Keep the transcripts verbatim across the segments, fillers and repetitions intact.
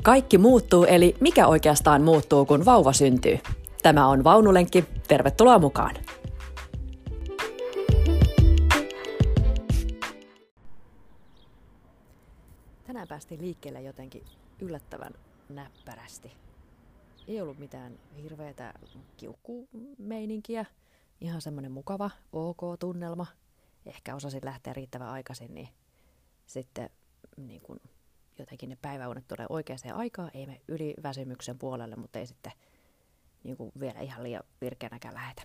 Kaikki muuttuu, eli mikä oikeastaan muuttuu, kun vauva syntyy? Tämä on Vaunulenkki. Tervetuloa mukaan! Tänään päästiin liikkeelle jotenkin yllättävän näppärästi. Ei ollut mitään hirveätä kiukkumeininkiä. Ihan semmoinen mukava, ok-tunnelma. Ehkä osasin lähteä riittävän aikaisin, niin sitten niin kun jotenkin ne päiväunet tulee oikeaan aikaan. Ei me yliväsymyksen puolelle, mutta ei sitten niin kun vielä ihan liian virkeänäkään lähetä.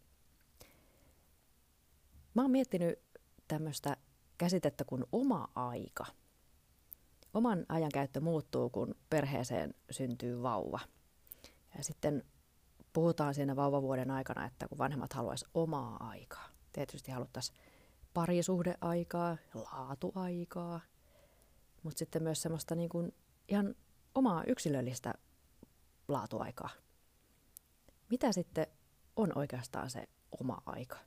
Mä oon miettinyt tämmöistä käsitettä kuin oma aika. Oman ajankäyttö muuttuu, kun perheeseen syntyy vauva. Ja sitten puhutaan siinä vauvavuoden aikana, että kun vanhemmat haluaisi omaa aikaa. Tietysti haluttaisiin parisuhdeaikaa, laatuaikaa, mutta sitten myös semmoista niin kuin ihan omaa yksilöllistä laatuaikaa. Mitä sitten on oikeastaan se oma aika?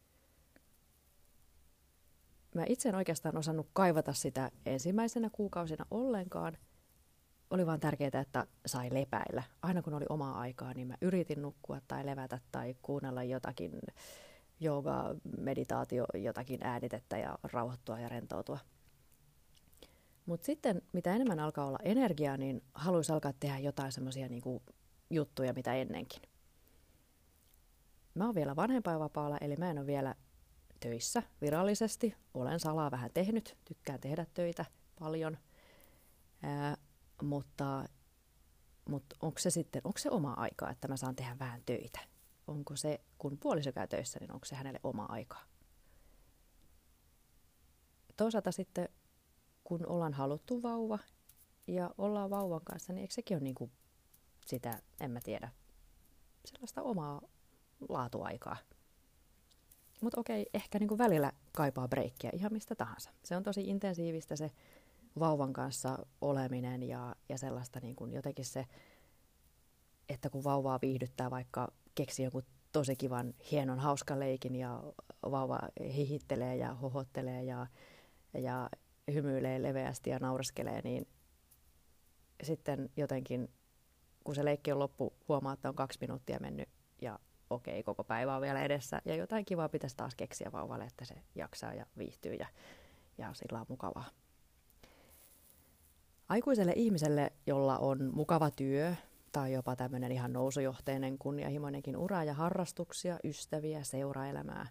Mä itse en oikeastaan osannut kaivata sitä ensimmäisenä kuukausina ollenkaan. Oli vaan tärkeää, että sai lepäillä. Aina kun oli omaa aikaa, niin mä yritin nukkua tai levätä tai kuunnella jotakin joogaa, meditaatio, jotakin äänitettä ja rauhoittua ja rentoutua. Mutta sitten mitä enemmän alkaa olla energiaa, niin haluaisi alkaa tehdä jotain semmoisia niinku juttuja, mitä ennenkin. Mä oon vielä vanhempainvapaalla, eli mä en ole vielä töissä virallisesti. Olen salaa vähän tehnyt, tykkään tehdä töitä paljon. Ää, mutta mutta onko se sitten, onko se oma aikaa, että mä saan tehdä vähän töitä? Onko se, kun puoliso käy töissä, niin onko se hänelle oma aikaa? Toisaalta sitten, kun ollaan haluttu vauva ja ollaan vauvan kanssa, niin eikö sekin ole niin kuin sitä, en mä tiedä, sellaista omaa laatuaikaa. Mutta okei, ehkä niin kuin välillä kaipaa breikkiä ihan mistä tahansa. Se on tosi intensiivistä se vauvan kanssa oleminen ja, ja sellaista niin kuin jotenkin se, että kun vauvaa viihdyttää, vaikka keksii jonkun tosi kivan, hienon, hauskan leikin ja vauva hihittelee ja hohottelee ja, ja hymyilee leveästi ja naureskelee, niin sitten jotenkin, kun se leikki on loppu, huomaa, että on kaksi minuuttia mennyt ja okei, koko päivä on vielä edessä ja jotain kivaa pitäisi taas keksiä vauvalle, että se jaksaa ja viihtyy ja, ja sillä on mukavaa. Aikuiselle ihmiselle, jolla on mukava työ tai jopa tämmöinen ihan nousujohteinen kunnianhimoinenkin ura ja harrastuksia, ystäviä, seuraelämää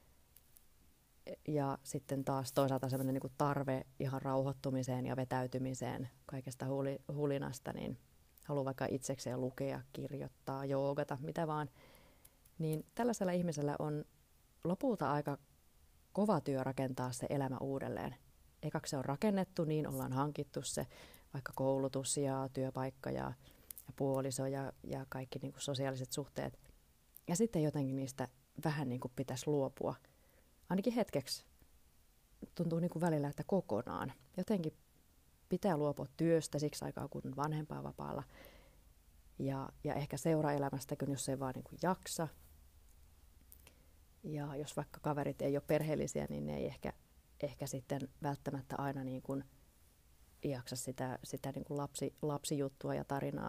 ja sitten taas toisaalta semmoinen niin kuin tarve ihan rauhoittumiseen ja vetäytymiseen kaikesta huli, hulinasta, niin haluaa vaikka itsekseen lukea, kirjoittaa, joogata, mitä vaan, niin tällaisella ihmisellä on lopulta aika kova työ rakentaa se elämä uudelleen. Ekaksi se on rakennettu, niin ollaan hankittu se vaikka koulutus ja työpaikka ja, ja puoliso ja, ja kaikki niin kuin sosiaaliset suhteet. Ja sitten jotenkin niistä vähän niin kuin pitäisi luopua. Ainakin hetkeksi tuntuu niin kuin välillä, että kokonaan. Jotenkin pitää luopua työstä siksi aikaa, kun on vanhempainvapaalla. Ja, ja ehkä seuraelämästäkin, jos ei vaan niin kuin jaksa. Ja jos vaikka kaverit ei ole perheellisiä, niin ne ei ehkä ehkä sitten välttämättä aina niin kuin jaksa sitä, sitä niin kuin lapsi, lapsijuttua ja tarinaa,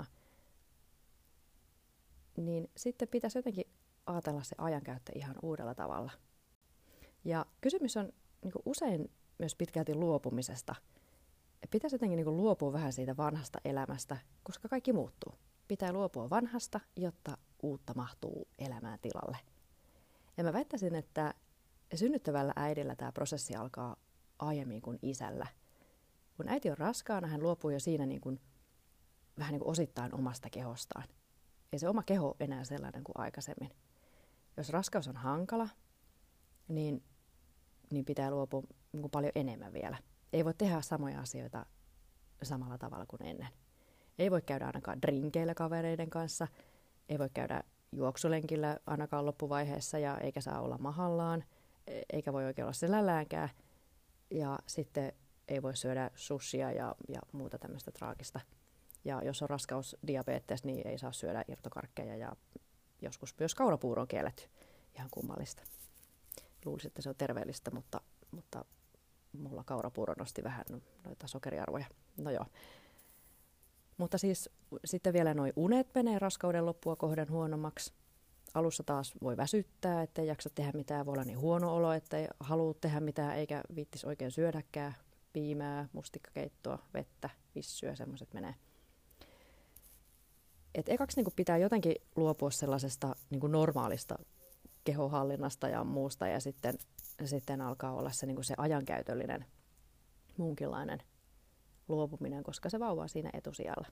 niin sitten pitäisi jotenkin ajatella se ajankäyttö ihan uudella tavalla. Ja kysymys on niin kuin usein myös pitkälti luopumisesta. Pitäisi jotenkin niin kuin luopua vähän siitä vanhasta elämästä, koska kaikki muuttuu. Pitää luopua vanhasta, jotta uutta mahtuu elämään tilalle. Ja mä väittäisin, että synnyttävällä äidillä tämä prosessi alkaa aiemmin kuin isällä. Kun äiti on raskaana, hän luopuu jo siinä niin kuin, vähän niin kuin osittain omasta kehostaan. Ei se oma keho enää sellainen kuin aikaisemmin. Jos raskaus on hankala, niin, niin pitää luopua niin kuin paljon enemmän vielä. Ei voi tehdä samoja asioita samalla tavalla kuin ennen. Ei voi käydä ainakaan drinkeillä kavereiden kanssa. Ei voi käydä juoksulenkillä ainakaan loppuvaiheessa ja eikä saa olla mahallaan. Eikä voi oikein olla selälläänkään. Ja sitten ei voi syödä sushia ja, ja muuta tämmöistä traagista. Ja jos on raskausdiabetes, niin ei saa syödä irtokarkkeja ja joskus myös kaurapuuro on kielletty. Ihan kummallista. Luulisin, että se on terveellistä, mutta, mutta mulla kaurapuuro nosti vähän noita sokeriarvoja. No joo. Mutta siis sitten vielä noi unet menee raskauden loppua kohden huonommaksi. Alussa taas voi väsyttää, ettei jaksa tehdä mitään, voi olla niin huono olo, ettei halua tehdä mitään eikä viittis oikein syödäkään. Piimää, mustikkakeittoa, vettä, vissyä, semmoiset menee. Et ekaksi niin pitää jotenkin luopua sellaisesta niin normaalista kehohallinnasta ja muusta ja sitten, sitten alkaa olla se, niin se ajankäytöllinen muunkinlainen luopuminen, koska se vauva on siinä etusijalla.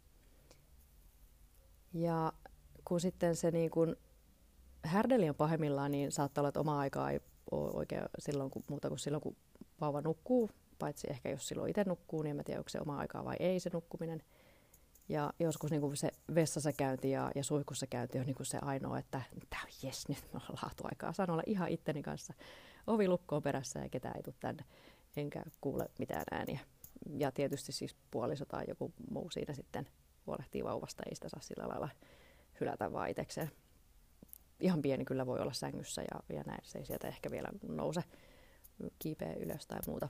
Ja kun sitten se niin kun härdeli on pahimmillaan, niin saattaa olla, että oma aikaa ei ole oikein silloin, kun, muuta kuin silloin, kun vauva nukkuu, paitsi ehkä jos silloin itse nukkuu, niin en tiedä, onko se oma aikaa vai ei se nukkuminen. Ja joskus niin kuin se vessassa käynti ja, ja suihkussa käynti on niin kuin se ainoa, että tämä on jes, nyt me ollaan laatuaikaa. Saan olla ihan itteni kanssa ovi lukkoon perässä ja ketään ei tule tänne, enkä kuule mitään ääniä. Ja tietysti siis puoliso tai joku muu siinä sitten huolehtii vauvasta, ei sitä saa sillä lailla hylätä vaan itsekseen. Ihan pieni kyllä voi olla sängyssä ja, ja näin, se ei sieltä ehkä vielä nouse, kiipeä ylös tai muuta.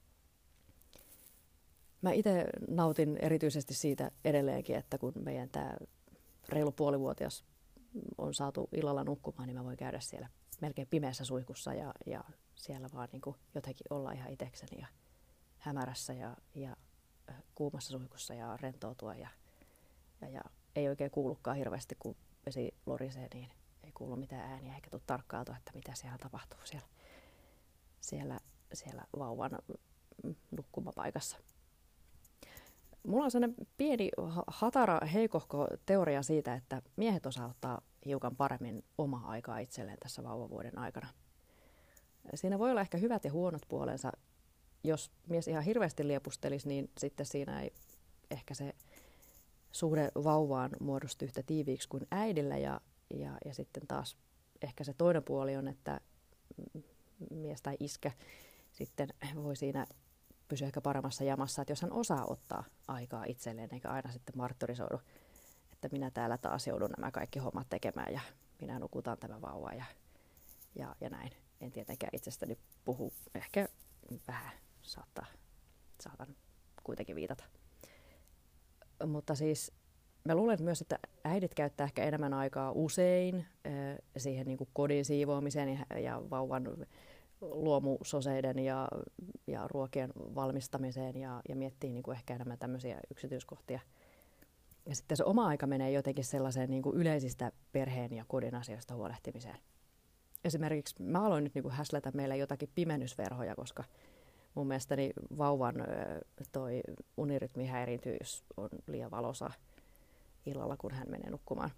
Mä itse nautin erityisesti siitä edelleenkin, että kun meidän tämä reilu puolivuotias on saatu illalla nukkumaan, niin mä voin käydä siellä melkein pimeässä suihkussa ja, ja siellä vaan niin kuin jotenkin olla ihan itsekseni ja hämärässä ja, ja kuumassa suihkussa ja rentoutua. Ja, ja, ja ei oikein kuulukaan hirveästi, kun vesi lorisee, niin ei kuulu mitään ääniä eikä tule tarkkailtua, että mitä siellä tapahtuu siellä, siellä, siellä vauvan nukkumapaikassa. Mulla on sellainen pieni hatara heikohko teoria siitä, että miehet osaa ottaa hiukan paremmin omaa aikaa itselleen tässä vauvavuoden aikana. Siinä voi olla ehkä hyvät ja huonot puolensa. Jos mies ihan hirveästi liepustelisi, niin sitten siinä ei ehkä se suhde vauvaan muodostu yhtä tiiviiksi kuin äidillä. Ja, ja, ja sitten taas ehkä se toinen puoli on, että mies tai iskä sitten voi siinä pysyä ehkä paremmassa jamassa, että jos hän osaa ottaa aikaa itselleen, eikä aina sitten marttyrisoidu, että minä täällä taas joudun nämä kaikki hommat tekemään ja minä nukutan tämä vauva ja, ja, ja näin. En tietenkään itsestäni puhu, ehkä vähän saattaa, saatan kuitenkin viitata. Mutta siis mä luulen myös, että äidit käyttää ehkä enemmän aikaa usein äh, siihen niin kuin kodin siivoamiseen ja, ja vauvan luomusoseiden ja, ja ruokien valmistamiseen ja, ja miettii niin kuin ehkä enemmän tämmöisiä yksityiskohtia. Ja sitten se oma aika menee jotenkin sellaiseen niin kuin yleisistä perheen ja kodin asioista huolehtimiseen. Esimerkiksi mä aloin nyt niin kuin häslätä meille jotakin pimennysverhoja, koska mun mielestäni vauvan toi unirytmi häiriintyy, jos on liian valoisa illalla, kun hän menee nukkumaan.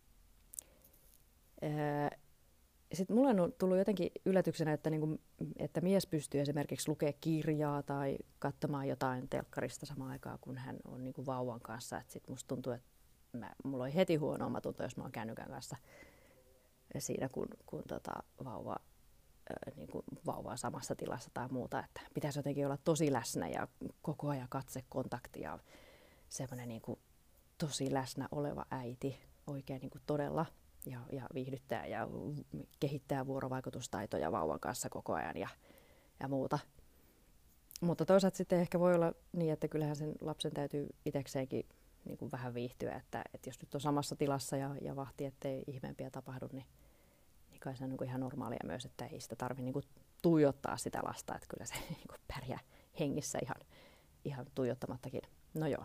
Sitten mulle on tullut jotenkin yllätyksenä, että, niin kuin, että mies pystyy esimerkiksi lukemaan kirjaa tai katsomaan jotain telkkarista samaan aikaan, kun hän on niin kuin vauvan kanssa. Sitten musta tuntuu, että mä, mulla on heti huono omatunto, jos mä oon kännykän kanssa siinä, kun, kun tota, vauva, äh, niin kuin vauva on samassa tilassa tai muuta. Että pitäisi jotenkin olla tosi läsnä ja koko ajan katsekontakti ja semmoinen niin kuin tosi läsnä oleva äiti oikein niin kuin todella. Ja, ja viihdyttää ja kehittää vuorovaikutustaitoja vauvan kanssa koko ajan ja, ja muuta. Mutta toisaalta sitten ehkä voi olla niin, että kyllähän sen lapsen täytyy itsekseenkin niin kuin vähän viihtyä, että, että jos nyt on samassa tilassa ja, ja vahti, ettei ihmeempiä tapahdu, niin, niin kai se on niin kuin ihan normaalia myös, että ei sitä tarvitse niin kuin tuijottaa sitä lasta, että kyllä se niin kuin pärjää hengissä ihan, ihan tuijottamattakin. No joo.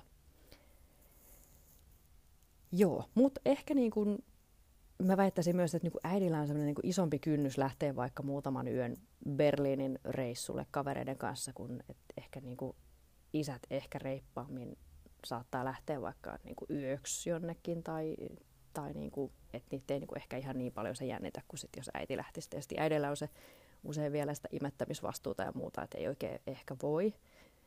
Joo, mutta ehkä niin kuin mä väittäisin myös, että niinku äidillä on sellainen niinku isompi kynnys lähteä vaikka muutaman yön Berliinin reissulle kavereiden kanssa, kun et ehkä niinku isät ehkä reippaammin saattaa lähteä vaikka niinku yöksi jonnekin, tai, tai niinku, että niitä ei niinku ehkä ihan niin paljon se jännitä kuin sit, jos äiti lähtisi. Tietysti äidillä on se usein vielä sitä imettämisvastuuta ja muuta, että ei oikein ehkä voi.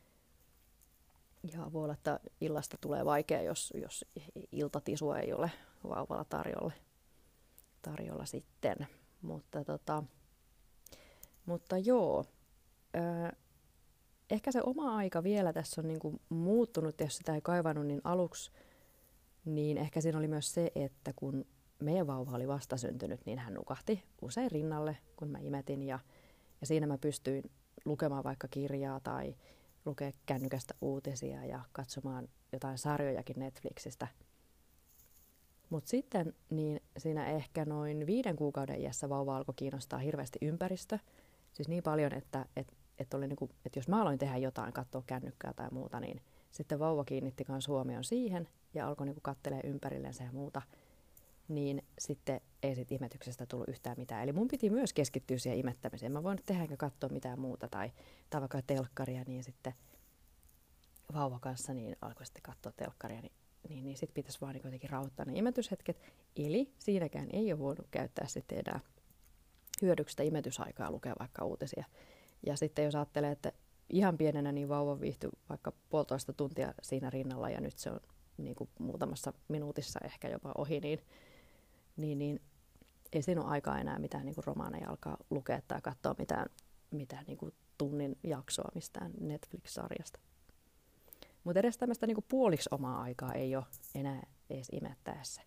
Ja voi olla, että illasta tulee vaikea, jos, jos iltatisua ei ole vauvalla tarjolla. tarjolla sitten, mutta, tota, mutta joo, öö, ehkä se oma aika vielä tässä on niinku muuttunut, jos sitä ei kaivannut niin aluksi, niin ehkä siinä oli myös se, että kun meidän vauva oli vastasyntynyt, niin hän nukahti usein rinnalle, kun mä imetin, ja, ja siinä mä pystyin lukemaan vaikka kirjaa tai lukea kännykästä uutisia ja katsomaan jotain sarjojakin Netflixistä. Mutta sitten niin siinä ehkä noin viiden kuukauden iässä vauva alkoi kiinnostaa hirveästi ympäristö. Siis niin paljon, että et, et oli niinku, et jos mä aloin tehdä jotain, katsoa kännykkää tai muuta, niin sitten vauva kiinnitti myös huomion siihen ja alkoi niinku katselemaan ympärillensä ja muuta. Niin sitten ei sit imetyksestä tullut yhtään mitään. Eli mun piti myös keskittyä siihen imettämiseen. Mä voin tehdä enkä katsoa mitään muuta tai, tai vaikka telkkaria, niin sitten vauva kanssa niin alkoi sitten katsoa telkkaria, niin, niin, niin sitten pitäisi vaan niin jotenkin rauhoittaa ne imetyshetket. Eli siinäkään ei ole voinut käyttää sitten enää hyödyksi imetysaikaa lukea vaikka uutisia. Ja sitten jos ajattelee, että ihan pienenä niin vauva viihtyi vaikka puolitoista tuntia siinä rinnalla ja nyt se on niin kuin muutamassa minuutissa ehkä jopa ohi, niin, niin, niin ei siinä ole aikaa enää mitään niin kuin romaaneja alkaa lukea tai katsoa mitään, mitään niin kuin tunnin jaksoa mistään Netflix-sarjasta. Mutta edes tämmöistä niin kuin puoliksi omaa aikaa ei ole enää edes imettäessä.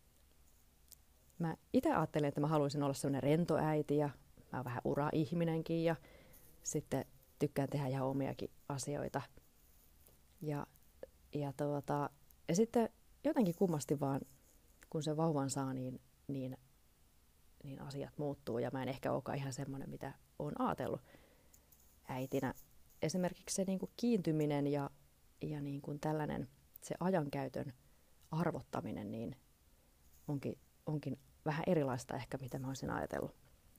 Mä itse ajattelin, että mä haluaisin olla semmoinen rento äiti ja mä oon vähän ura-ihminenkin ja sitten tykkään tehdä ihan omiakin asioita. Ja, ja, tuota, ja sitten jotenkin kummasti vaan, kun se vauvan saa, niin, niin, niin asiat muuttuu ja mä en ehkä olekaan ihan semmoinen, mitä oon ajatellut äitinä. Esimerkiksi se niin kuin kiintyminen ja, ja niin kuin tällainen se ajankäytön arvottaminen niin onkin, onkin vähän erilaista ehkä, mitä mä olisin ajatellut.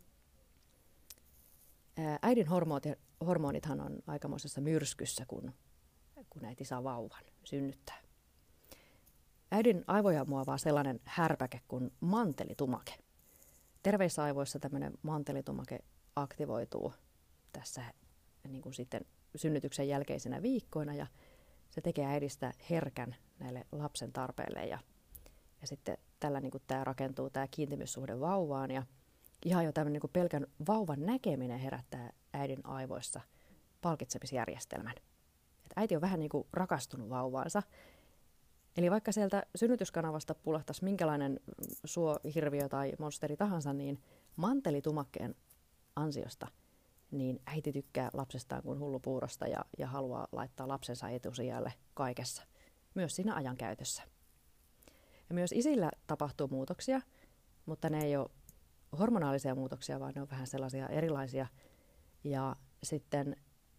Äidin hormonithan on aikamoisessa myrskyssä, kun, kun äiti saa vauvan, synnyttää. Äidin aivoja muovaa sellainen härpäke kuin mantelitumake. Terveissä aivoissa tämmöinen mantelitumake aktivoituu tässä niin kuin sitten synnytyksen jälkeisenä viikkoina ja se tekee äidistä herkän näille lapsen tarpeille ja, ja sitten tällä niin kuin tämä rakentuu tämä kiintymyssuhde vauvaan ja ihan jo tämmöinen niin kuin pelkän vauvan näkeminen herättää äidin aivoissa palkitsemisjärjestelmän. Et äiti on vähän niin kuin rakastunut vauvaansa. Eli vaikka sieltä synnytyskanavasta pulahtaisi minkälainen suohirviö tai monsteri tahansa, niin mantelitumakkeen ansiosta niin äiti tykkää lapsestaan kuin hullupuurosta ja, ja haluaa laittaa lapsensa etusijalle kaikessa, myös siinä ajankäytössä. Ja myös isillä tapahtuu muutoksia, mutta ne ei ole hormonaalisia muutoksia, vaan ne on vähän sellaisia erilaisia. Ja sitten,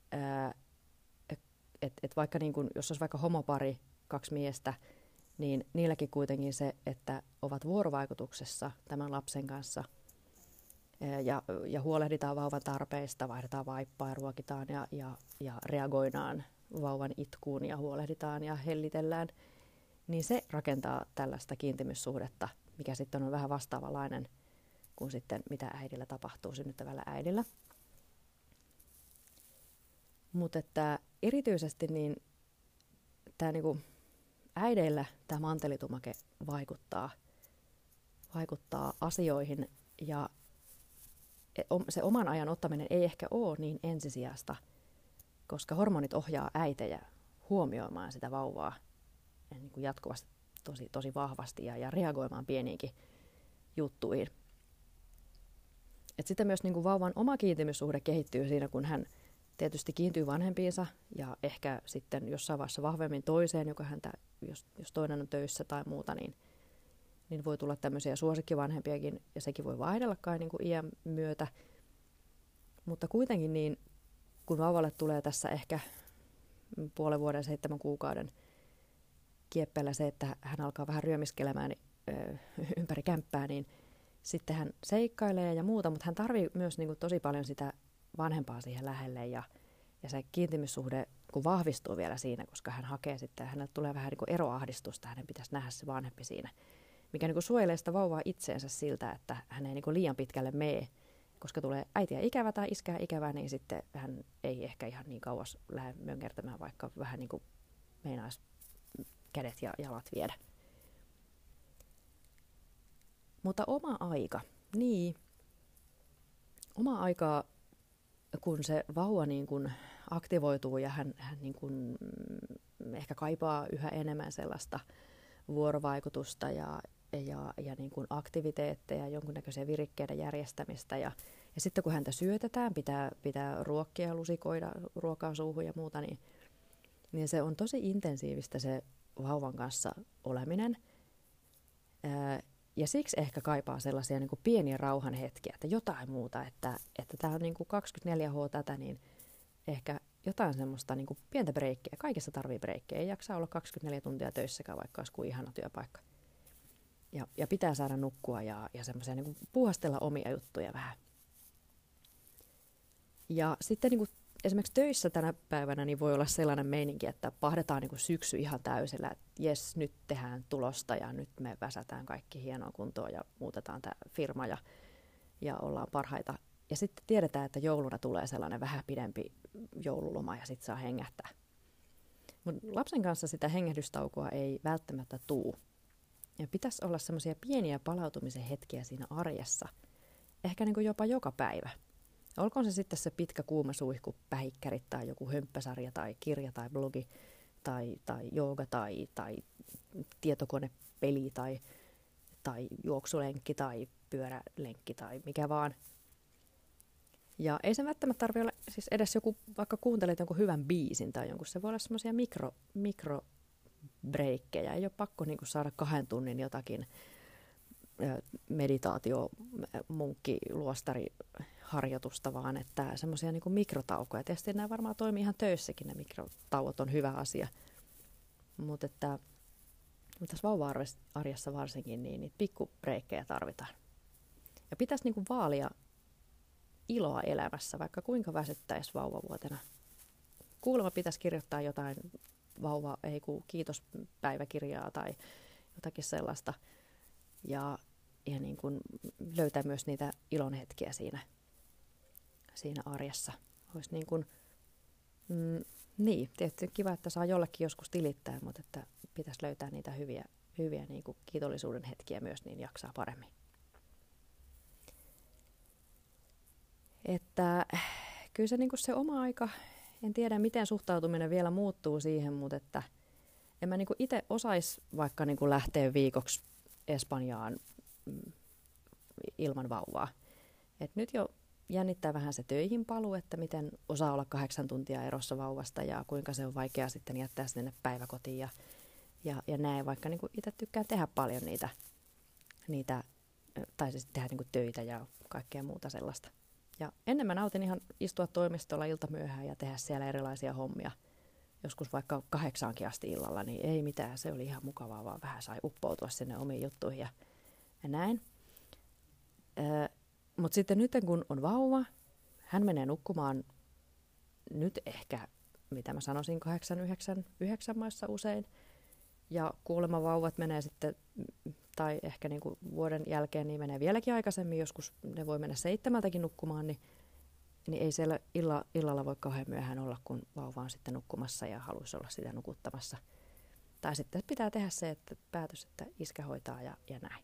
että et vaikka niin kun, jos olisi vaikka homopari, kaksi miestä, niin niilläkin kuitenkin se, että ovat vuorovaikutuksessa tämän lapsen kanssa ja, ja huolehditaan vauvan tarpeista, vaihdetaan vaippaa ja ruokitaan ja, ja, ja reagoidaan vauvan itkuun ja huolehditaan ja hellitellään, niin se rakentaa tällaista kiintymyssuhdetta, mikä sitten on vähän vastaavanlainen kuin sitten mitä äidillä tapahtuu, synnyttävällä äidillä. Mutta että erityisesti niin tämä niinku äideillä tämä mantelitumake vaikuttaa, vaikuttaa asioihin ja se oman ajan ottaminen ei ehkä ole niin ensisijasta, koska hormonit ohjaa äitejä huomioimaan sitä vauvaa niin kuin jatkuvasti tosi, tosi vahvasti ja, ja reagoimaan pieniinkin juttuihin. Et sitten myös niin kuin vauvan oma kiintymyssuhde kehittyy siinä, kun hän tietysti kiintyy vanhempiinsa ja ehkä sitten jossain vaiheessa vahvemmin toiseen, joka häntä, jos, jos toinen on töissä tai muuta, niin, niin voi tulla tämmöisiä suosikkivanhempiakin ja sekin voi vaihdella kai niin kuin iän myötä. Mutta kuitenkin niin, kun vauvalle tulee tässä ehkä puolen vuoden, seitsemän kuukauden kieppeillä se, että hän alkaa vähän ryömiskelemään ö, ympäri kämppää, niin sitten hän seikkailee ja muuta, mutta hän tarvii myös niin kuin tosi paljon sitä vanhempaa siihen lähelle ja, ja se kiintymyssuhde kun vahvistuu vielä siinä, koska hän hakee sitten, hänelle tulee vähän niin kuin eroahdistusta, hänen pitäisi nähdä se vanhempi siinä, mikä niin kuin suojelee sitä vauvaa itseensä siltä, että hän ei niin kuin liian pitkälle mene, koska tulee äitiä ikävä tai iskää ikävä, niin sitten hän ei ehkä ihan niin kauas lähde mönkertämään, vaikka vähän niin kuin meinaisi kädet ja jalat viedä. Mutta oma aika, niin oma aikaa, kun se vauva niin kuin aktivoituu ja hän, hän niin kuin ehkä kaipaa yhä enemmän sellaista vuorovaikutusta ja, ja, ja niin kuin aktiviteetteja, jonkunnäköisiä virikkeiden järjestämistä ja, Ja sitten kun häntä syötetään, pitää, pitää ruokkia ja lusikoida ruokaa suuhun ja muuta, niin, niin se on tosi intensiivistä se vauvan kanssa oleminen. Ää, ja siksi ehkä kaipaa sellaisia niin kuin pieniä rauhan hetkiä, että jotain muuta, että että tämä on niin kuin kaksikymmentäneljä tuntia tätä, niin ehkä jotain semmoista niin kuin pientä breikkiä. Kaikessa tarvii breikkiä. Ei jaksa olla kaksikymmentäneljä tuntia töissäkään, vaikka olisi kuin ihana työpaikka. Ja, ja pitää saada nukkua ja, ja semmoisia niin kuin puhastella omia juttuja vähän. Ja sitten niin kuin esimerkiksi töissä tänä päivänä niin voi olla sellainen meininki, että pahdetaan niin kuin syksy ihan täysillä, että jes, nyt tehdään tulosta ja nyt me väsätään kaikki hienoa kuntoon ja muutetaan tämä firma ja, ja ollaan parhaita. Ja sitten tiedetään, että jouluna tulee sellainen vähän pidempi joululoma ja sitten saa hengähtää. Mutta lapsen kanssa sitä hengähdystaukoa ei välttämättä tuu. Ja pitäisi olla semmoisia pieniä palautumisen hetkiä siinä arjessa, ehkä niin kuin jopa joka päivä. Olkoon se sitten se pitkä kuuma suihku, pähikkärit tai joku hömppäsarja tai kirja tai blogi tai, tai jooga tai, tai tietokonepeli tai, tai juoksulenkki tai pyörälenkki tai mikä vaan. Ja ei se välttämättä tarvitse olla siis edes joku, vaikka kuuntelet jonkun hyvän biisin tai jonkun, se voi olla semmoisia mikro, mikrobreikkejä. Ei ole pakko niin kuin saada kahden tunnin jotakin meditaatio, munkki, luostari harjoitusta, vaan että semmoisia niin kuin mikrotaukoja. Tietysti nämä varmaan toimii ihan töissäkin, ne mikrotauot on hyvä asia. Mutta että tässä vauva-arjessa varsinkin, niin niitä pikkubreikkejä tarvitaan. Ja pitäisi niin kuin vaalia iloa elämässä, vaikka kuinka väsyttäisi vauvavuotena. Kuulemma pitäisi kirjoittaa jotain vauva, ei kun kiitospäiväkirjaa tai jotakin sellaista. Ja, ja niin kuin löytää myös niitä ilonhetkiä siinä, siinä arjessa. Olisi niin kuin, mm, niin, tietysti kiva, että saa jollekin joskus tilittää, mutta että pitäisi löytää niitä hyviä, hyviä niin kuin kiitollisuuden hetkiä myös, niin jaksaa paremmin. Että kyllä se, niin kuin se oma aika, en tiedä miten suhtautuminen vielä muuttuu siihen, mutta että en mä niin kuin itse osaisi vaikka niin kuin lähteä viikoksi Espanjaan ilman vauvaa. Et nyt jo jännittää vähän se töihin paluu, että miten osaa olla kahdeksan tuntia erossa vauvasta ja kuinka se on vaikea sitten jättää sinne päiväkotiin ja, ja, ja näin, vaikka niin kuin itse tykkään tehdä paljon niitä, niitä tai siis tehdä niin kuin töitä ja kaikkea muuta sellaista. Ja ennen mä nautin ihan istua toimistolla iltamyöhään ja tehdä siellä erilaisia hommia. Joskus vaikka kahdeksaankin asti illalla, niin ei mitään. Se oli ihan mukavaa, vaan vähän sai uppoutua sinne omiin juttuihin ja, ja näin. Öö, Mutta sitten nyt kun on vauva, hän menee nukkumaan nyt ehkä, mitä mä sanoisin, kahdeksan, yhdeksän, yhdeksän maissa usein. Ja kuulemma vauvat menee sitten, tai ehkä niin kuin vuoden jälkeen, niin menee vieläkin aikaisemmin. Joskus ne voi mennä seitsemältäkin nukkumaan, niin, niin ei siellä illa, illalla voi kauhean myöhään olla, kun vauva on sitten nukkumassa ja haluaisi olla sitä nukuttamassa. Tai sitten pitää tehdä se, että päätös, että iskä hoitaa ja, ja näin.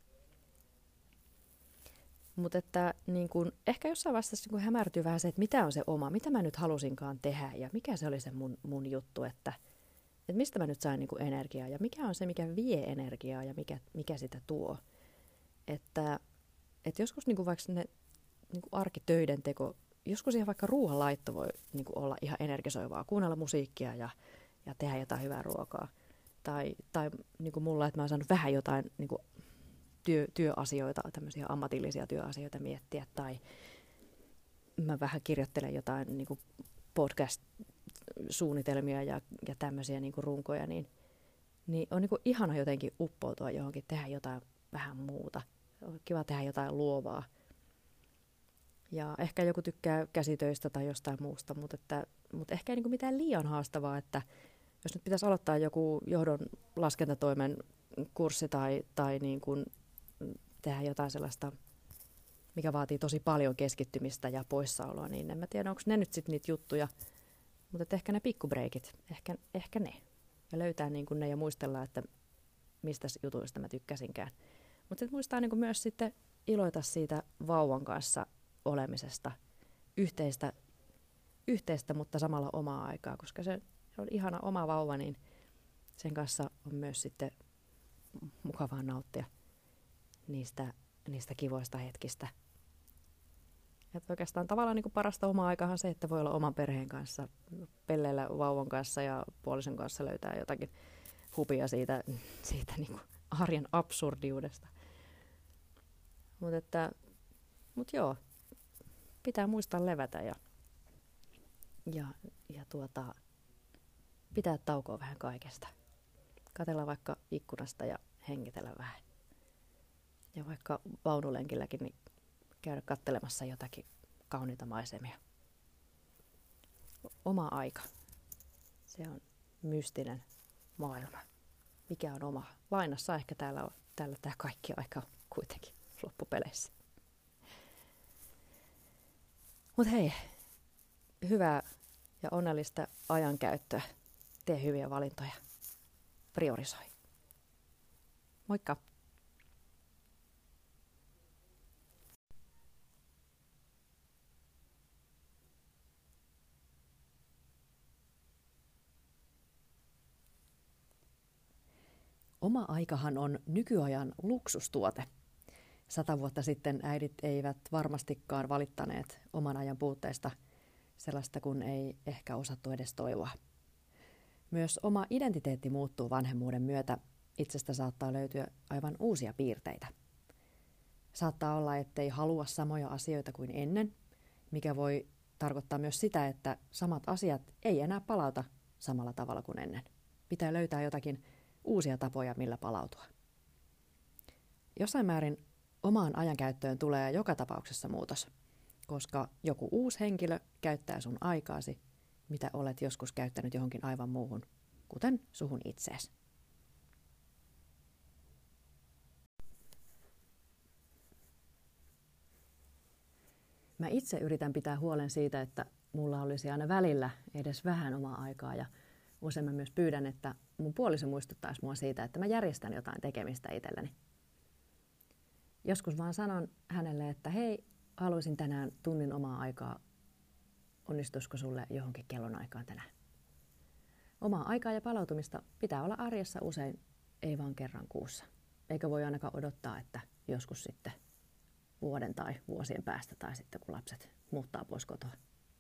Mutta että niin kun, ehkä jossain vaiheessa niin hämärtyy vähän se, että mitä on se oma, mitä mä nyt halusinkaan tehdä ja mikä se oli se mun, mun juttu, että, että mistä mä nyt sain niin kun energiaa ja mikä on se, mikä vie energiaa ja mikä, mikä sitä tuo. Että, että joskus niin kun vaikka ne niin kun arkitöiden teko, joskus ihan vaikka ruoanlaitto voi niin kun olla ihan energisoivaa, kuunnella musiikkia ja, ja tehdä jotain hyvää ruokaa. Tai, tai niin kuin mulla, että mä oon saanut vähän jotain niin kuin työ, työasioita, tämmöisiä ammatillisia työasioita miettiä. Tai mä vähän kirjoittelen jotain niin kuin podcast-suunnitelmia ja, ja tämmöisiä niin kuin runkoja. Niin, niin on niin kuin ihana jotenkin uppoutua johonkin, tehdä jotain vähän muuta. On kiva tehdä jotain luovaa. Ja ehkä joku tykkää käsitöistä tai jostain muusta, mutta, että, mutta ehkä ei niin kuin mitään liian haastavaa, että jos nyt pitäisi aloittaa joku johdon laskentatoimen kurssi tai, tai niin kuin tehdä jotain sellaista, mikä vaatii tosi paljon keskittymistä ja poissaoloa, niin en mä tiedä, onko ne nyt sitten niitä juttuja. Mutta ehkä ne pikkubreikit, ehkä, ehkä ne. Ja löytää niin kuin ne ja muistella, että mistä jutuista mä tykkäsinkään. Mutta sitten muistaa niin kuin myös sitten iloita siitä vauvan kanssa olemisesta, yhteistä, yhteistä, mutta samalla omaa aikaa, koska se on ihana oma vauva, niin sen kanssa on myös sitten mukavaa nauttia niistä, niistä kivoista hetkistä. Et oikeastaan tavallaan niin kuin parasta omaa aikahan se, että voi olla oman perheen kanssa, pelleillä vauvan kanssa ja puolison kanssa löytää jotakin hupia siitä, siitä niin kuin arjen absurdiudesta. Mutta että, mut joo, pitää muistaa levätä ja, ja, ja tuota, pitää taukoa vähän kaikesta. Katella vaikka ikkunasta ja hengitellä vähän. Ja vaikka vaunulenkilläkin, niin käydä katselemassa jotakin kauniita maisemia. Oma aika. Se on mystinen maailma. Mikä on oma? Lainassa ehkä täällä on, täällä tämä kaikki aika on kuitenkin loppupeleissä. Mut hei, hyvää ja onnellista ajankäyttöä. Tee hyviä valintoja. Priorisoi. Moikka! Oma aikahan on nykyajan luksustuote. Sata vuotta sitten äidit eivät varmastikaan valittaneet oman ajan puutteesta, sellaista kun ei ehkä osattu edes toivoa. Myös oma identiteetti muuttuu vanhemmuuden myötä. Itsestä saattaa löytyä aivan uusia piirteitä. Saattaa olla, ettei halua samoja asioita kuin ennen, mikä voi tarkoittaa myös sitä, että samat asiat ei enää palauta samalla tavalla kuin ennen. Pitää löytää jotakin uusia tapoja, millä palautua. Jossain määrin omaan ajankäyttöön tulee joka tapauksessa muutos, koska joku uusi henkilö käyttää sun aikaasi, mitä olet joskus käyttänyt johonkin aivan muuhun, kuten suhun itseesi. Mä itse yritän pitää huolen siitä, että mulla olisi aina välillä edes vähän omaa aikaa ja usein mä myös pyydän, että mun puoliso muistuttaisi mua siitä, että mä järjestän jotain tekemistä itselleni. Joskus vaan sanon hänelle, että hei, haluaisin tänään tunnin omaa aikaa. Onnistuisiko sulle johonkin kellonaikaan tänään? Omaa aikaa ja palautumista pitää olla arjessa usein, ei vaan kerran kuussa. Eikä voi ainakaan odottaa, että joskus sitten vuoden tai vuosien päästä tai sitten kun lapset muuttaa pois kotoa.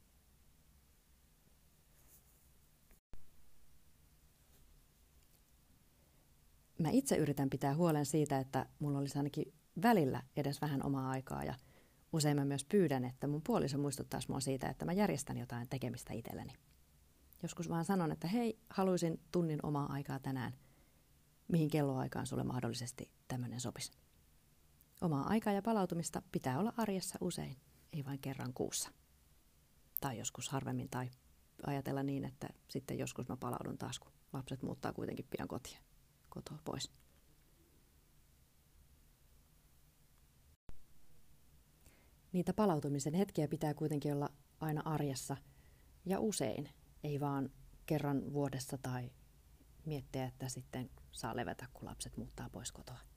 Mä itse yritän pitää huolen siitä, että mulla olisi ainakin välillä edes vähän omaa aikaa ja usein mä myös pyydän, että mun puoliso muistuttaisi mua siitä, että mä järjestän jotain tekemistä itselleni. Joskus vaan sanon, että hei, haluaisin tunnin omaa aikaa tänään. Mihin kelloaikaan sulle mahdollisesti tämmöinen sopisi? Omaa aikaa ja palautumista pitää olla arjessa usein, ei vain kerran kuussa. Tai joskus harvemmin, tai ajatella niin, että sitten joskus mä palaudun taas, kun lapset muuttaa kuitenkin pian kotia, kotoa pois. Niitä palautumisen hetkiä pitää kuitenkin olla aina arjessa ja usein, ei vaan kerran vuodessa tai miettiä, että sitten saa levätä, kun lapset muuttaa pois kotoa.